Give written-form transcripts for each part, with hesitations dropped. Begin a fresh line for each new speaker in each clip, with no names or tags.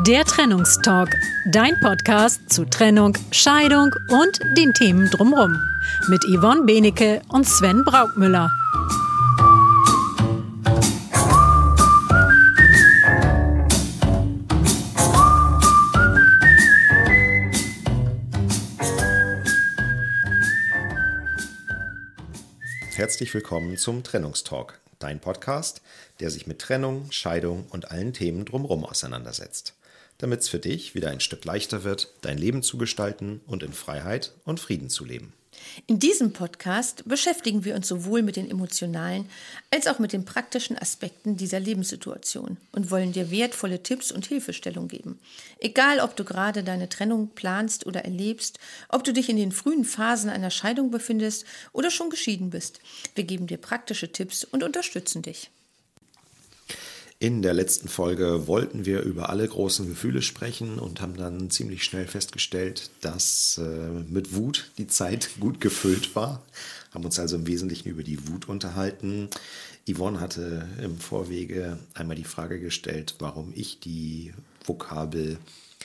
Der Trennungstalk, dein Podcast zu Trennung, Scheidung und den Themen drumherum. Mit Yvonne Benecke und Sven Braukmüller.
Herzlich willkommen zum Trennungstalk, dein Podcast, der sich mit Trennung, Scheidung und allen Themen drumherum auseinandersetzt, damit es für dich wieder ein Stück leichter wird, dein Leben zu gestalten und in Freiheit und Frieden zu leben.
In diesem Podcast beschäftigen wir uns sowohl mit den emotionalen als auch mit den praktischen Aspekten dieser Lebenssituation und wollen dir wertvolle Tipps und Hilfestellung geben. Egal, ob du gerade deine Trennung planst oder erlebst, ob du dich in den frühen Phasen einer Scheidung befindest oder schon geschieden bist, wir geben dir praktische Tipps und unterstützen dich.
In der letzten Folge wollten wir über alle großen Gefühle sprechen und haben dann ziemlich schnell festgestellt, dass mit Wut die Zeit gut gefüllt war. Haben uns also im Wesentlichen über die Wut unterhalten. Yvonne hatte im Vorwege einmal die Frage gestellt, warum ich die Vokabel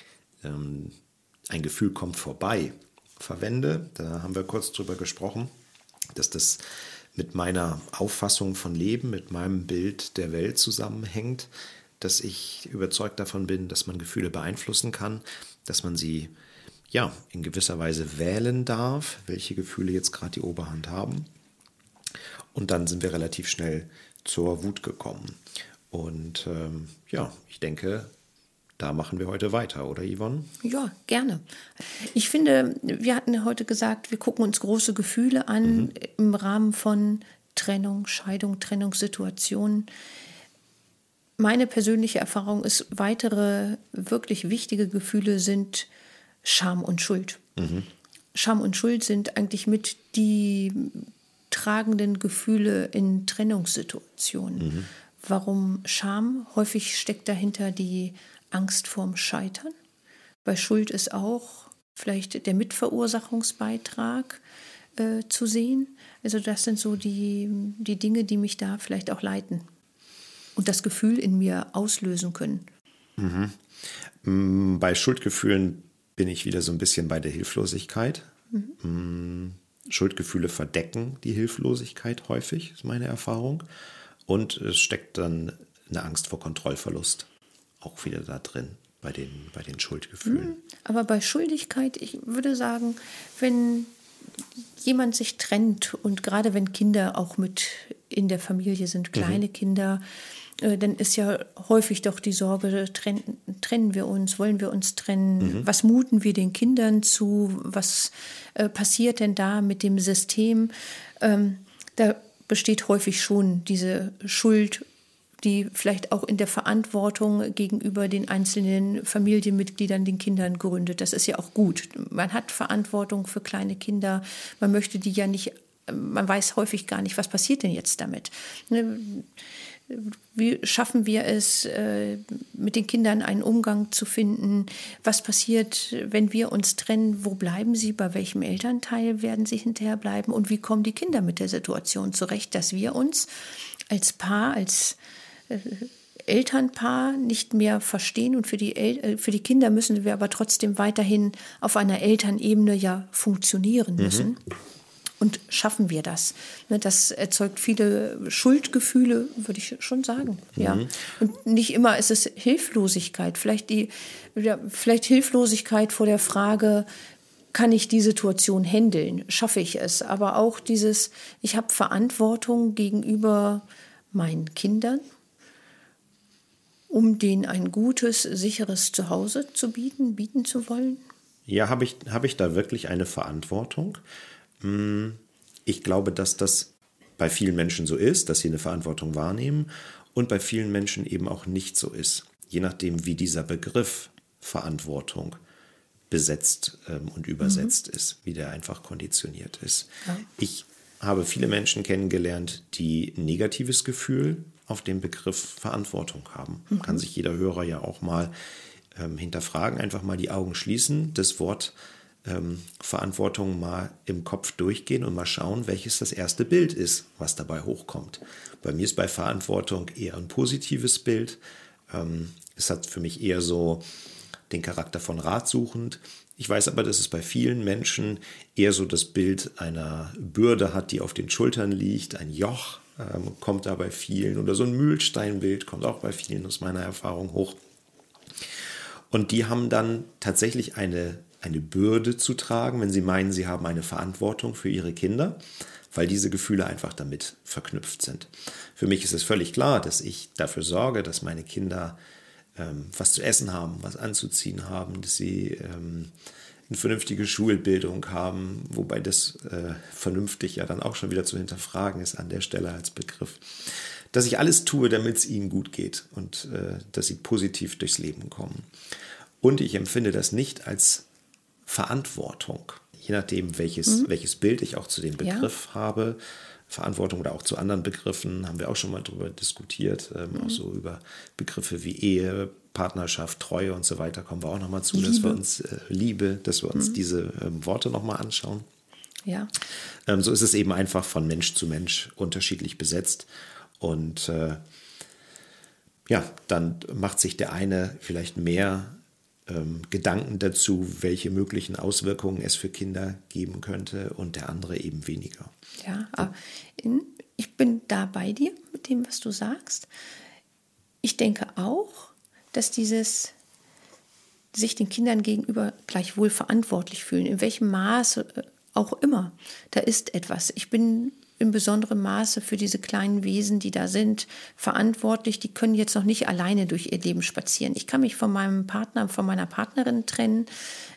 ein Gefühl kommt vorbei verwende. Da haben wir kurz drüber gesprochen, dass das mit meiner Auffassung von Leben, mit meinem Bild der Welt zusammenhängt, dass ich überzeugt davon bin, dass man Gefühle beeinflussen kann, dass man sie in gewisser Weise wählen darf, welche Gefühle jetzt gerade die Oberhand haben. Und dann sind wir relativ schnell zur Wut gekommen. Und ich denke, da machen wir heute weiter, oder Yvonne?
Ja, gerne. Ich finde, wir hatten heute gesagt, wir gucken uns große Gefühle an im Rahmen von Trennung, Scheidung, Trennungssituationen. Meine persönliche Erfahrung ist, weitere wirklich wichtige Gefühle sind Scham und Schuld. Scham und Schuld sind eigentlich mit die tragenden Gefühle in Trennungssituationen. Warum Scham? Häufig steckt dahinter die Angst vorm Scheitern. Bei Schuld ist auch vielleicht der Mitverursachungsbeitrag zu sehen. Also das sind so die Dinge, die mich da vielleicht auch leiten und das Gefühl in mir auslösen können.
Bei Schuldgefühlen bin ich wieder so ein bisschen bei der Hilflosigkeit. Schuldgefühle verdecken die Hilflosigkeit häufig, ist meine Erfahrung. Und es steckt dann eine Angst vor Kontrollverlust auch wieder da drin, bei den Schuldgefühlen.
Aber bei Schuldigkeit, ich würde sagen, wenn jemand sich trennt und gerade wenn Kinder auch mit in der Familie sind, kleine Kinder, dann ist ja häufig doch die Sorge, trennen wir uns, wollen wir uns trennen, was muten wir den Kindern zu, was passiert denn da mit dem System? Da besteht häufig schon diese Schuld, die vielleicht auch in der Verantwortung gegenüber den einzelnen Familienmitgliedern, den Kindern gründet. Das ist ja auch gut. Man hat Verantwortung für kleine Kinder. Man möchte die ja nicht, man weiß häufig gar nicht, was passiert denn jetzt damit. Wie schaffen wir es, mit den Kindern einen Umgang zu finden? Was passiert, wenn wir uns trennen? Wo bleiben sie? Bei welchem Elternteil werden sie hinterher bleiben? Und wie kommen die Kinder mit der Situation zurecht, dass wir uns als Paar, als Elternpaar nicht mehr verstehen und für die Kinder müssen wir aber trotzdem weiterhin auf einer Elternebene ja funktionieren müssen. Und schaffen wir das? Das erzeugt viele Schuldgefühle, würde ich schon sagen. Ja. Und nicht immer ist es Hilflosigkeit. Vielleicht Hilflosigkeit vor der Frage, kann ich die Situation handeln? Schaffe ich es? Aber auch ich habe Verantwortung gegenüber meinen Kindern, um denen ein gutes, sicheres Zuhause zu bieten zu wollen?
Ja, habe ich da wirklich eine Verantwortung? Ich glaube, dass das bei vielen Menschen so ist, dass sie eine Verantwortung wahrnehmen und bei vielen Menschen eben auch nicht so ist. Je nachdem, wie dieser Begriff Verantwortung besetzt und übersetzt ist, wie der einfach konditioniert ist. Ja. Ich habe viele Menschen kennengelernt, die ein negatives Gefühl auf den Begriff Verantwortung haben. Kann sich jeder Hörer ja auch mal hinterfragen, einfach mal die Augen schließen, das Wort Verantwortung mal im Kopf durchgehen und mal schauen, welches das erste Bild ist, was dabei hochkommt. Bei mir ist bei Verantwortung eher ein positives Bild. Es hat für mich eher so den Charakter von ratsuchend. Ich weiß aber, dass es bei vielen Menschen eher so das Bild einer Bürde hat, die auf den Schultern liegt. Ein Joch kommt da bei vielen oder so ein Mühlsteinbild kommt auch bei vielen aus meiner Erfahrung hoch. Und die haben dann tatsächlich eine Bürde zu tragen, wenn sie meinen, sie haben eine Verantwortung für ihre Kinder, weil diese Gefühle einfach damit verknüpft sind. Für mich ist es völlig klar, dass ich dafür sorge, dass meine Kinder was zu essen haben, was anzuziehen haben, dass sie eine vernünftige Schulbildung haben, wobei das vernünftig ja dann auch schon wieder zu hinterfragen ist an der Stelle als Begriff. Dass ich alles tue, damit es ihnen gut geht und dass sie positiv durchs Leben kommen. Und ich empfinde das nicht als Verantwortung, je nachdem, welches Bild ich auch zu dem Begriff habe. Verantwortung oder auch zu anderen Begriffen, haben wir auch schon mal drüber diskutiert, auch so über Begriffe wie Ehe, Partnerschaft, Treue und so weiter, kommen wir auch nochmal zu, dass wir uns dass wir uns diese Worte nochmal anschauen.
Ja.
So ist es eben einfach von Mensch zu Mensch unterschiedlich besetzt und dann macht sich der eine vielleicht mehr Gedanken dazu, welche möglichen Auswirkungen es für Kinder geben könnte und der andere eben weniger.
Ja, aber ich bin da bei dir mit dem, was du sagst. Ich denke auch, dass dieses sich den Kindern gegenüber gleichwohl verantwortlich fühlen, in welchem Maße auch immer, da ist etwas. Ich bin in besonderem Maße für diese kleinen Wesen, die da sind, verantwortlich. Die können jetzt noch nicht alleine durch ihr Leben spazieren. Ich kann mich von meinem Partner, von meiner Partnerin trennen.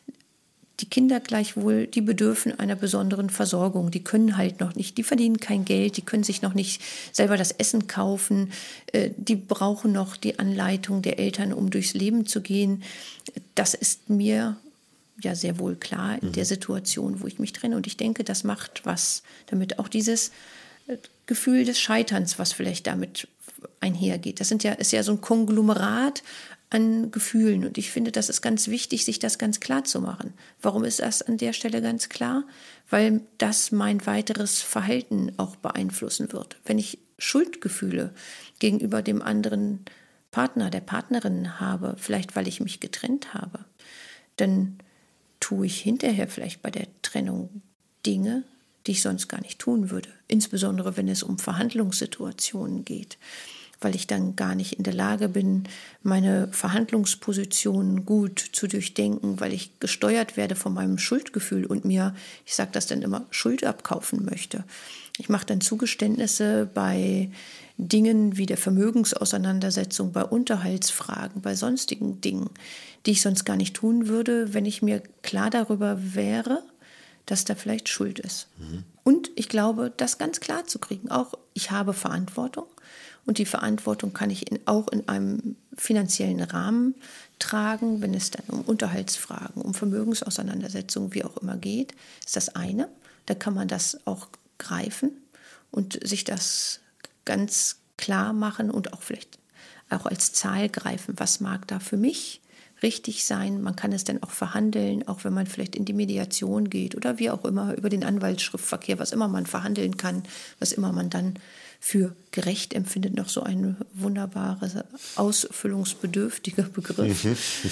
Die Kinder gleichwohl, die bedürfen einer besonderen Versorgung. Die können halt noch nicht, die verdienen kein Geld, die können sich noch nicht selber das Essen kaufen. Die brauchen noch die Anleitung der Eltern, um durchs Leben zu gehen. Das ist mir ja sehr wohl klar in der Situation, wo ich mich trenne. Und ich denke, das macht was damit. Auch dieses Gefühl des Scheiterns, was vielleicht damit einhergeht. Das ist ja so ein Konglomerat an Gefühlen. Und ich finde, das ist ganz wichtig, sich das ganz klar zu machen. Warum ist das an der Stelle ganz klar? Weil das mein weiteres Verhalten auch beeinflussen wird. Wenn ich Schuldgefühle gegenüber dem anderen Partner, der Partnerin habe, vielleicht weil ich mich getrennt habe, dann tue ich hinterher vielleicht bei der Trennung Dinge, die ich sonst gar nicht tun würde. Insbesondere, wenn es um Verhandlungssituationen geht, weil ich dann gar nicht in der Lage bin, meine Verhandlungspositionen gut zu durchdenken, weil ich gesteuert werde von meinem Schuldgefühl und mir, ich sage das dann immer, Schuld abkaufen möchte. Ich mache dann Zugeständnisse bei Dingen wie der Vermögensauseinandersetzung, bei Unterhaltsfragen, bei sonstigen Dingen, die ich sonst gar nicht tun würde, wenn ich mir klar darüber wäre, dass da vielleicht Schuld ist. Und ich glaube, das ganz klar zu kriegen, auch ich habe Verantwortung und die Verantwortung kann ich auch in einem finanziellen Rahmen tragen, wenn es dann um Unterhaltsfragen, um Vermögensauseinandersetzungen, wie auch immer geht, ist das eine. Da kann man das auch greifen und sich das ganz klar machen und auch vielleicht auch als Zahl greifen, was mag da für mich richtig sein. Man kann es dann auch verhandeln, auch wenn man vielleicht in die Mediation geht oder wie auch immer über den Anwaltsschriftverkehr, was immer man verhandeln kann, was immer man dann für gerecht empfindet, noch so ein wunderbarer, ausfüllungsbedürftiger Begriff.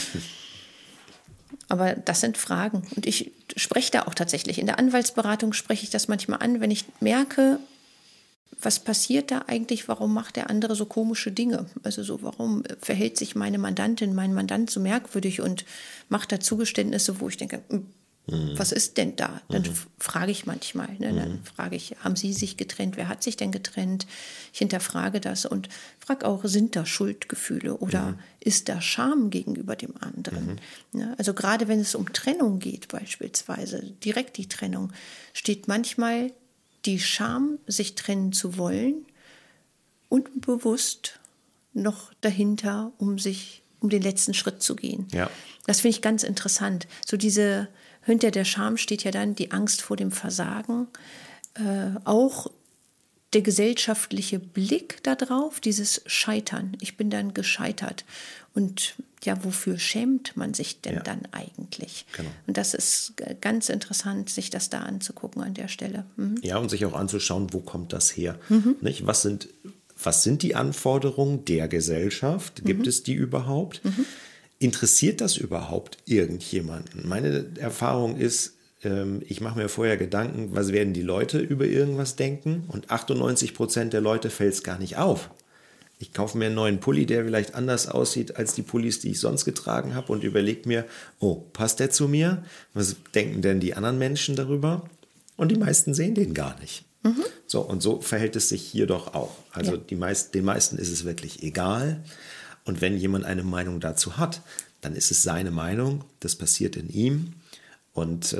Aber das sind Fragen und ich spreche da auch tatsächlich. In der Anwaltsberatung spreche ich das manchmal an, wenn ich merke, was passiert da eigentlich, warum macht der andere so komische Dinge? Also so, warum verhält sich meine Mandantin, mein Mandant so merkwürdig und macht da Zugeständnisse, wo ich denke, was ist denn da? Dann frage ich manchmal, ne? Dann frage ich, haben Sie sich getrennt? Wer hat sich denn getrennt? Ich hinterfrage das und frage auch, sind da Schuldgefühle oder ist da Scham gegenüber dem anderen? Ne? Also gerade wenn es um Trennung geht beispielsweise, direkt die Trennung, steht manchmal die Scham, sich trennen zu wollen, unbewusst noch dahinter, um den letzten Schritt zu gehen.
Ja.
Das finde ich ganz interessant. So hinter der Scham steht ja dann die Angst vor dem Versagen, auch der gesellschaftliche Blick darauf, dieses Scheitern. Ich bin dann gescheitert. Und ja, wofür schämt man sich denn dann eigentlich?
Genau.
Und das ist ganz interessant, sich das da anzugucken an der Stelle.
Ja, und sich auch anzuschauen, wo kommt das her? Nicht? Was sind was sind die Anforderungen der Gesellschaft? Gibt es die überhaupt? Interessiert das überhaupt irgendjemanden? Meine Erfahrung ist, ich mache mir vorher Gedanken, was werden die Leute über irgendwas denken? Und 98% der Leute fällt es gar nicht auf. Ich kaufe mir einen neuen Pulli, der vielleicht anders aussieht als die Pullis, die ich sonst getragen habe und überlege mir, oh, passt der zu mir? Was denken denn die anderen Menschen darüber? Und die meisten sehen den gar nicht. So, und so verhält es sich hier doch auch. Also den meisten ist es wirklich egal. Und wenn jemand eine Meinung dazu hat, dann ist es seine Meinung, das passiert in ihm. Und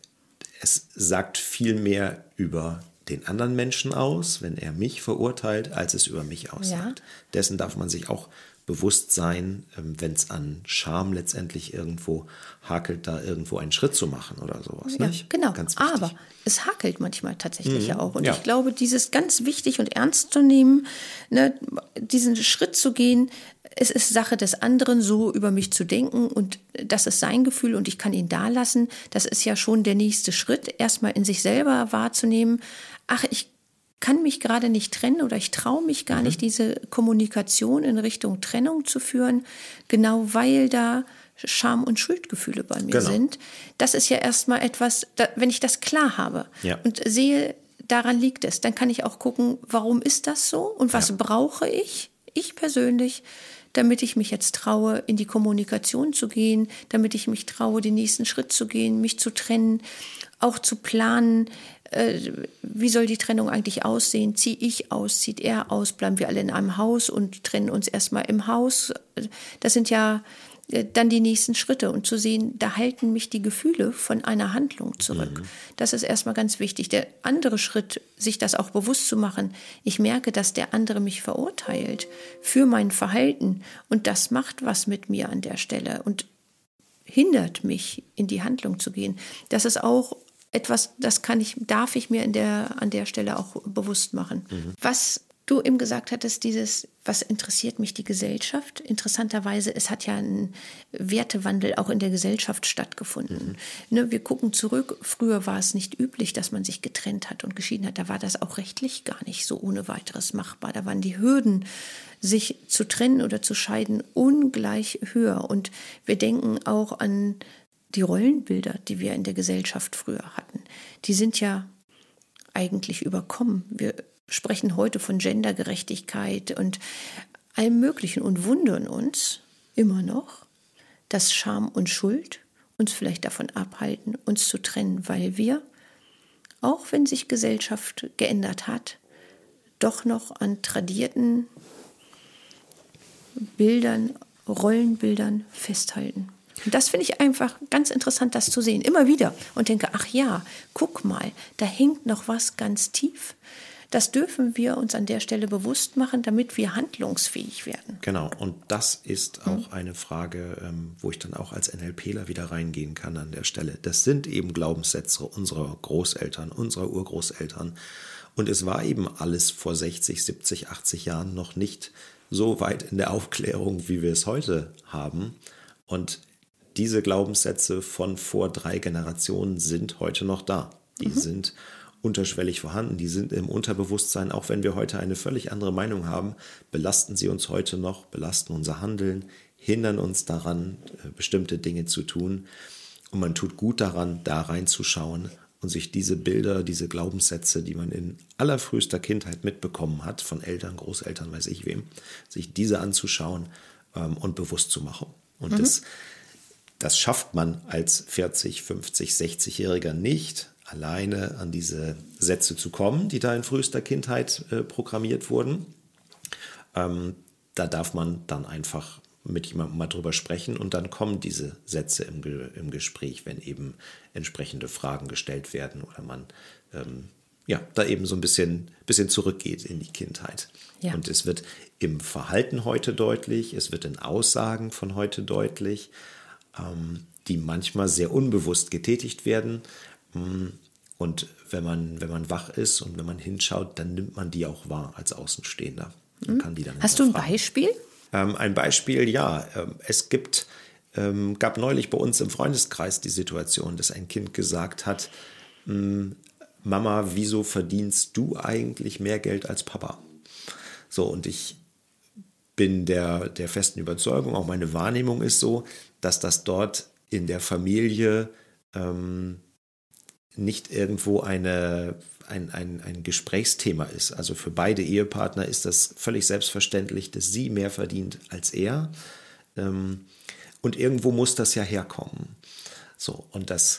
es sagt viel mehr über den anderen Menschen aus, wenn er mich verurteilt, als es über mich aussagt. Dessen darf man sich auch bewusst sein, wenn es an Scham letztendlich irgendwo hakelt, da irgendwo einen Schritt zu machen oder sowas.
Ja,
nicht?
genau.
Ganz wichtig.
Aber es hakelt manchmal tatsächlich ja auch. Und ich glaube, dieses ganz wichtig und ernst zu nehmen, ne, diesen Schritt zu gehen, es ist Sache des anderen, so über mich zu denken und das ist sein Gefühl und ich kann ihn da lassen. Das ist ja schon der nächste Schritt, erstmal in sich selber wahrzunehmen, ach, ich kann mich gerade nicht trennen oder ich traue mich gar nicht, diese Kommunikation in Richtung Trennung zu führen, genau weil da Scham- und Schuldgefühle bei mir sind. Das ist ja erstmal etwas, wenn ich das klar habe und sehe, daran liegt es, dann kann ich auch gucken, warum ist das so und was brauche ich persönlich, damit ich mich jetzt traue, in die Kommunikation zu gehen, damit ich mich traue, den nächsten Schritt zu gehen, mich zu trennen, auch zu planen, wie soll die Trennung eigentlich aussehen? Ziehe ich aus, zieht er aus, bleiben wir alle in einem Haus und trennen uns erstmal im Haus? Das sind ja dann die nächsten Schritte und zu sehen, da halten mich die Gefühle von einer Handlung zurück. Das ist erstmal ganz wichtig. Der andere Schritt, sich das auch bewusst zu machen, ich merke, dass der andere mich verurteilt für mein Verhalten und das macht was mit mir an der Stelle und hindert mich, in die Handlung zu gehen. Das ist auch etwas, darf ich mir an der Stelle auch bewusst machen. Was du eben gesagt hattest, was interessiert mich die Gesellschaft? Interessanterweise, es hat ja ein Wertewandel auch in der Gesellschaft stattgefunden. Ne, wir gucken zurück, früher war es nicht üblich, dass man sich getrennt hat und geschieden hat. Da war das auch rechtlich gar nicht so ohne weiteres machbar. Da waren die Hürden, sich zu trennen oder zu scheiden, ungleich höher. Und wir denken auch an die Rollenbilder, die wir in der Gesellschaft früher hatten. Die sind ja eigentlich überkommen. Wir sprechen heute von Gendergerechtigkeit und allem Möglichen und wundern uns immer noch, dass Scham und Schuld uns vielleicht davon abhalten, uns zu trennen, weil wir, auch wenn sich Gesellschaft geändert hat, doch noch an tradierten Bildern, Rollenbildern festhalten. Und das finde ich einfach ganz interessant, das zu sehen, immer wieder. Und denke, ach ja, guck mal, da hängt noch was ganz tief. Das dürfen wir uns an der Stelle bewusst machen, damit wir handlungsfähig werden.
Genau, und das ist auch eine Frage, wo ich dann auch als NLPler wieder reingehen kann an der Stelle. Das sind eben Glaubenssätze unserer Großeltern, unserer Urgroßeltern. Und es war eben alles vor 60, 70, 80 Jahren noch nicht so weit in der Aufklärung, wie wir es heute haben. Und diese Glaubenssätze von vor 3 Generationen sind heute noch da. Die sind unterschwellig vorhanden, die sind im Unterbewusstsein. Auch wenn wir heute eine völlig andere Meinung haben, belasten sie uns heute noch, belasten unser Handeln, hindern uns daran, bestimmte Dinge zu tun. Und man tut gut daran, da reinzuschauen und sich diese Bilder, diese Glaubenssätze, die man in allerfrühester Kindheit mitbekommen hat, von Eltern, Großeltern, weiß ich wem, sich diese anzuschauen und bewusst zu machen. Und das schafft man als 40, 50, 60-Jähriger nicht, alleine an diese Sätze zu kommen, die da in frühester Kindheit programmiert wurden. Da darf man dann einfach mit jemandem mal drüber sprechen und dann kommen diese Sätze im Gespräch, wenn eben entsprechende Fragen gestellt werden oder man da eben so ein bisschen zurückgeht in die Kindheit. Ja. Und es wird im Verhalten heute deutlich, es wird in Aussagen von heute deutlich, die manchmal sehr unbewusst getätigt werden. Und wenn man wach ist und wenn man hinschaut, dann nimmt man die auch wahr als Außenstehender. Man kann die dann
Hast du ein Beispiel?
Ein Beispiel, ja. Es gab neulich bei uns im Freundeskreis die Situation, dass ein Kind gesagt hat, Mama, wieso verdienst du eigentlich mehr Geld als Papa? So, und ich bin der festen Überzeugung, auch meine Wahrnehmung ist so, dass das dort in der Familie nicht irgendwo ein Gesprächsthema ist. Also für beide Ehepartner ist das völlig selbstverständlich, dass sie mehr verdient als er. Und irgendwo muss das ja herkommen. So, und das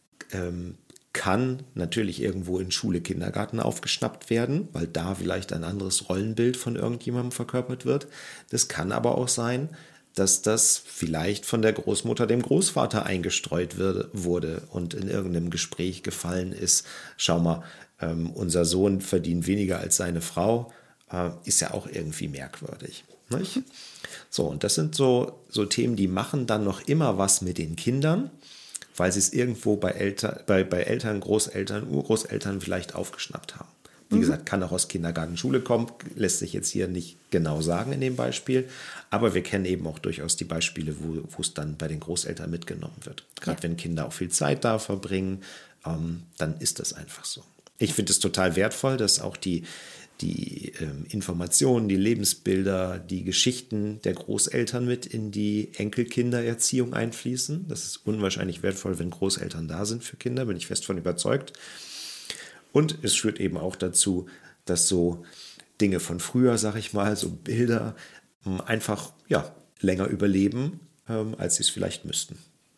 kann natürlich irgendwo in Schule, Kindergarten aufgeschnappt werden, weil da vielleicht ein anderes Rollenbild von irgendjemandem verkörpert wird. Das kann aber auch sein, dass das vielleicht von der Großmutter dem Großvater eingestreut wurde und in irgendeinem Gespräch gefallen ist. Schau mal, unser Sohn verdient weniger als seine Frau, ist ja auch irgendwie merkwürdig. Nicht? So, und das sind so Themen, die machen dann noch immer was mit den Kindern, weil sie es irgendwo bei Eltern, Großeltern, Urgroßeltern vielleicht aufgeschnappt haben. Wie gesagt, kann auch aus Kindergarten, Schule kommen, lässt sich jetzt hier nicht genau sagen in dem Beispiel, aber wir kennen eben auch durchaus die Beispiele, wo es dann bei den Großeltern mitgenommen wird. Gerade wenn Kinder auch viel Zeit da verbringen, dann ist das einfach so. Ich finde es total wertvoll, dass auch die Informationen, die Lebensbilder, die Geschichten der Großeltern mit in die Enkelkindererziehung einfließen. Das ist unwahrscheinlich wertvoll, wenn Großeltern da sind für Kinder, bin ich fest von überzeugt. Und es führt eben auch dazu, dass so Dinge von früher, sag ich mal, so Bilder einfach länger überleben, als sie es vielleicht müssten.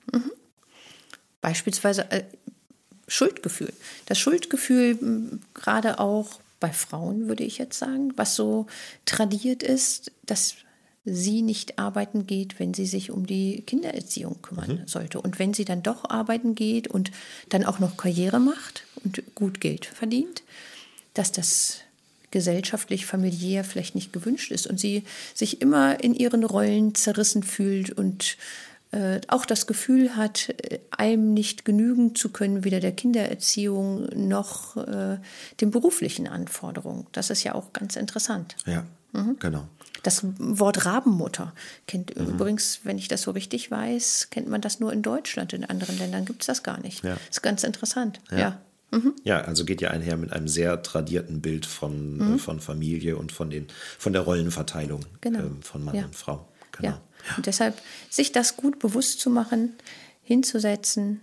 Beispielsweise Schuldgefühl. Das Schuldgefühl gerade auch bei Frauen, würde ich jetzt sagen, was so tradiert ist, dass sie nicht arbeiten geht, wenn sie sich um die Kindererziehung kümmern sollte. Und wenn sie dann doch arbeiten geht und dann auch noch Karriere macht und gut Geld verdient, dass das gesellschaftlich, familiär vielleicht nicht gewünscht ist und sie sich immer in ihren Rollen zerrissen fühlt und auch das Gefühl hat, einem nicht genügen zu können, weder der Kindererziehung noch den beruflichen Anforderungen. Das ist ja auch ganz interessant.
Ja, genau.
Das Wort Rabenmutter kennt übrigens, wenn ich das so richtig weiß, kennt man das nur in Deutschland. In anderen Ländern gibt es das gar nicht. Ja. Das ist ganz interessant. Ja.
Ja, also geht ja einher mit einem sehr tradierten Bild von Familie und von der Rollenverteilung von Mann und Frau. Genau.
Ja. Und deshalb sich das gut bewusst zu machen, hinzusetzen,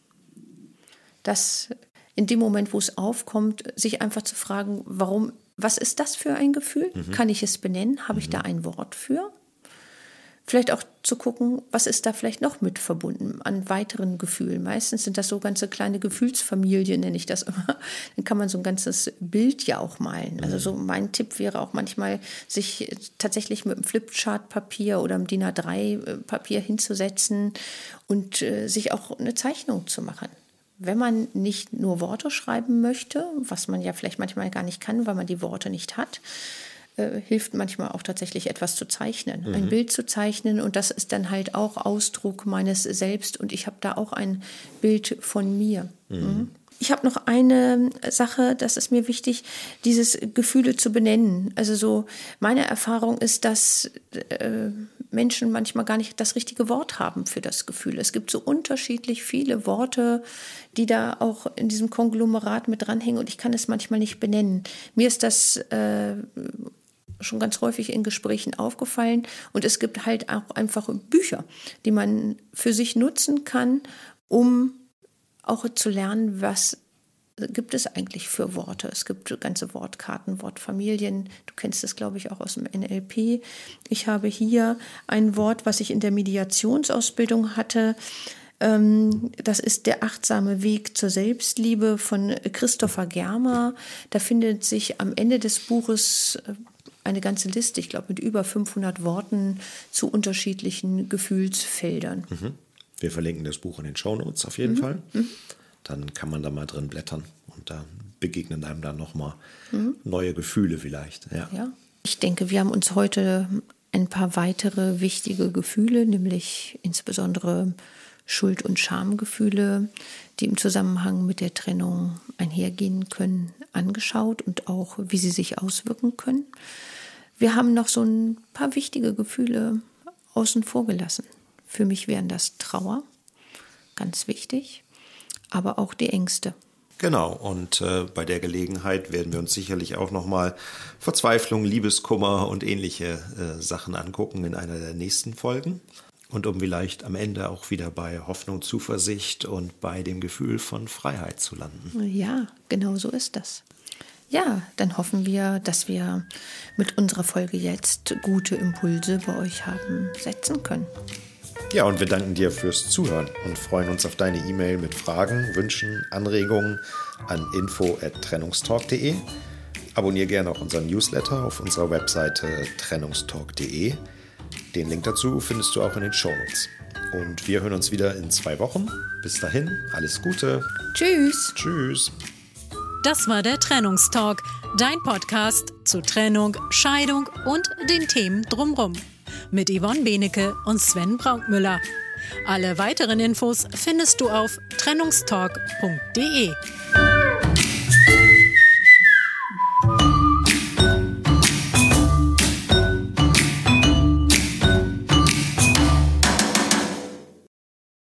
dass in dem Moment, wo es aufkommt, sich einfach zu fragen, was ist das für ein Gefühl? Kann ich es benennen? Habe ich da ein Wort für? Vielleicht auch zu gucken, was ist da vielleicht noch mit verbunden an weiteren Gefühlen. Meistens sind das so ganze kleine Gefühlsfamilien, nenne ich das immer. Dann kann man so ein ganzes Bild ja auch malen. Also so mein Tipp wäre auch manchmal, sich tatsächlich mit einem Flipchart-Papier oder einem DIN A3-Papier hinzusetzen und sich auch eine Zeichnung zu machen. Wenn man nicht nur Worte schreiben möchte, was man ja vielleicht manchmal gar nicht kann, weil man die Worte nicht hat, hilft manchmal auch tatsächlich etwas zu zeichnen, ein Bild zu zeichnen, und das ist dann halt auch Ausdruck meines Selbst und ich habe da auch ein Bild von mir. Ich habe noch eine Sache, das ist mir wichtig, dieses Gefühle zu benennen. Also so meine Erfahrung ist, dass Menschen manchmal gar nicht das richtige Wort haben für das Gefühl. Es gibt so unterschiedlich viele Worte, die da auch in diesem Konglomerat mit dranhängen und ich kann es manchmal nicht benennen. Mir ist das schon ganz häufig in Gesprächen aufgefallen und es gibt halt auch einfach Bücher, die man für sich nutzen kann, um auch zu lernen, was gibt es eigentlich für Worte. Es gibt ganze Wortkarten, Wortfamilien. Du kennst es, glaube ich, auch aus dem NLP. Ich habe hier ein Wort, was ich in der Mediationsausbildung hatte. Das ist der achtsame Weg zur Selbstliebe von Christopher Germer. Da findet sich am Ende des Buches eine ganze Liste, ich glaube mit über 500 Worten zu unterschiedlichen Gefühlsfeldern.
Wir verlinken das Buch in den Shownotes auf jeden Fall. Dann kann man da mal drin blättern und da begegnen einem dann nochmal neue Gefühle vielleicht. Ja.
Ich denke, wir haben uns heute ein paar weitere wichtige Gefühle, nämlich insbesondere Schuld- und Schamgefühle, die im Zusammenhang mit der Trennung einhergehen können, angeschaut und auch, wie sie sich auswirken können. Wir haben noch so ein paar wichtige Gefühle außen vor gelassen. Für mich wären das Trauer, ganz wichtig, aber auch die Ängste.
Genau, und bei der Gelegenheit werden wir uns sicherlich auch nochmal Verzweiflung, Liebeskummer und ähnliche Sachen angucken in einer der nächsten Folgen. Und um vielleicht am Ende auch wieder bei Hoffnung, Zuversicht und bei dem Gefühl von Freiheit zu landen.
Ja, genau so ist das. Ja, dann hoffen wir, dass wir mit unserer Folge jetzt gute Impulse bei euch haben setzen können.
Ja, und wir danken dir fürs Zuhören und freuen uns auf deine E-Mail mit Fragen, Wünschen, Anregungen an info@trennungstalk.de. Abonnier gerne auch unseren Newsletter auf unserer Webseite trennungstalk.de. Den Link dazu findest du auch in den Shownotes. Und wir hören uns wieder in 2 Wochen. Bis dahin, alles Gute.
Tschüss.
Tschüss.
Das war der Trennungstalk, dein Podcast zu Trennung, Scheidung und den Themen drumherum. Mit Yvonne Benecke und Sven Braunmüller. Alle weiteren Infos findest du auf trennungstalk.de.